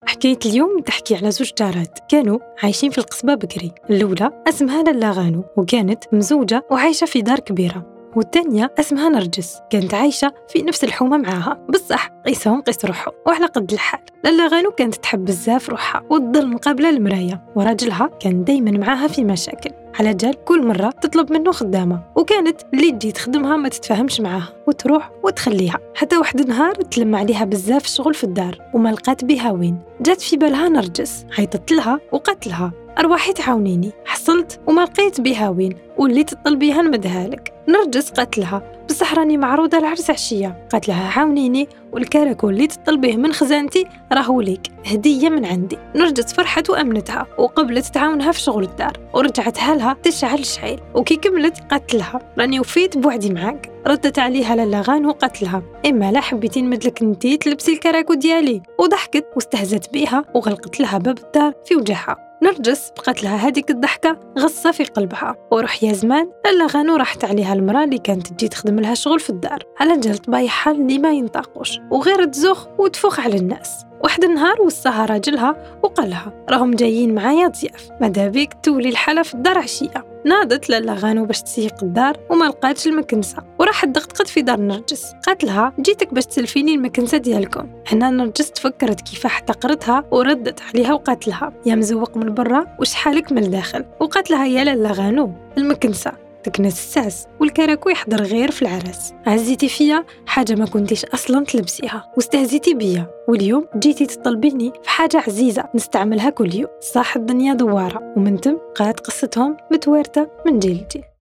حكاية اليوم تحكي على زوج جارات كانوا عايشين في القصبة بكري. الأولى اسمها لالا غانو وكانت مزوجة وعايشة في دار كبيرة، والثانية اسمها نرجس كانت عايشة في نفس الحومة معاها، بصح قيسهم قيس روحهم وعلى قد الحال. لالا غانو كانت تحب بزاف روحها وتضل مقابلة المراية، وراجلها كان دايما معاها في مشاكل على جال كل مرة تطلب منه خدامة، وكانت اللي تجي تخدمها ما تتفاهمش معاها وتروح وتخليها. حتى واحد النهار تلم عليها بزاف شغل في الدار وما لقات بها وين. جات في بالها نرجس، عيطت لها وقالت لها أرواحي تعاونيني، حصلت وما لقيت بها وين، واللي تطلبيها نمدها لك. نرجس قالت لها بصح راني معروضة العرس عشية. قالت لها عاونيني والكراكو اللي تطلبيه من خزانتي راهو ليك هدية من عندي. نرجس فرحت وأمنتها وقبلت تعاونها في شغل الدار، ورجعتها لها تشعل شعيل. وكي كملت قالت لها راني وفيت بوعدي معاك. ردت عليها لالا غانو وقالت لها إما لا حبيتي نمدلك انتي تلبسي الكراكو ديالي. وضحكت واستهزت بيها وغلقت لها باب الدار في وجهها. نرجس بقات لها هذيك الضحكة غصة في قلبها. وروح يا زمان لالا غانو راحت عليها المرأة اللي كانت تجي تخدم لها شغل في الدار على جال طبايحها اللي ما ينطاقوش وغير تزوخ وتفوخ على الناس. واحد النهار وصاها راجلها وقالها راهم جايين معايا ضياف، ماذا بيك تولي الحالة في الدار عشية. ناضت لالا غانو باش تسيق الدار وما لقاتش المكنسة، وراحت دقدقت في دار نرجس. قالت لها جيتك باش تسلفيني المكنسة ديالكم. هنا نرجس تفكرت كيف احتقرتها وردت عليها وقالت لها يا مزوق من برا وش حالك من الداخل. وقالت لها يا لالا غانو المكنسة تكنس الساس والكراكو يحضر غير في العرس. عزيتي فيا حاجة ما كنتيش أصلا تلبسيها واستهزيتي بيا، واليوم جيتي تطلبيني في حاجة عزيزة نستعملها كل يوم. صح الدنيا دوارة، ومن تم قالت قصتهم متوارثة من جيل لجيل.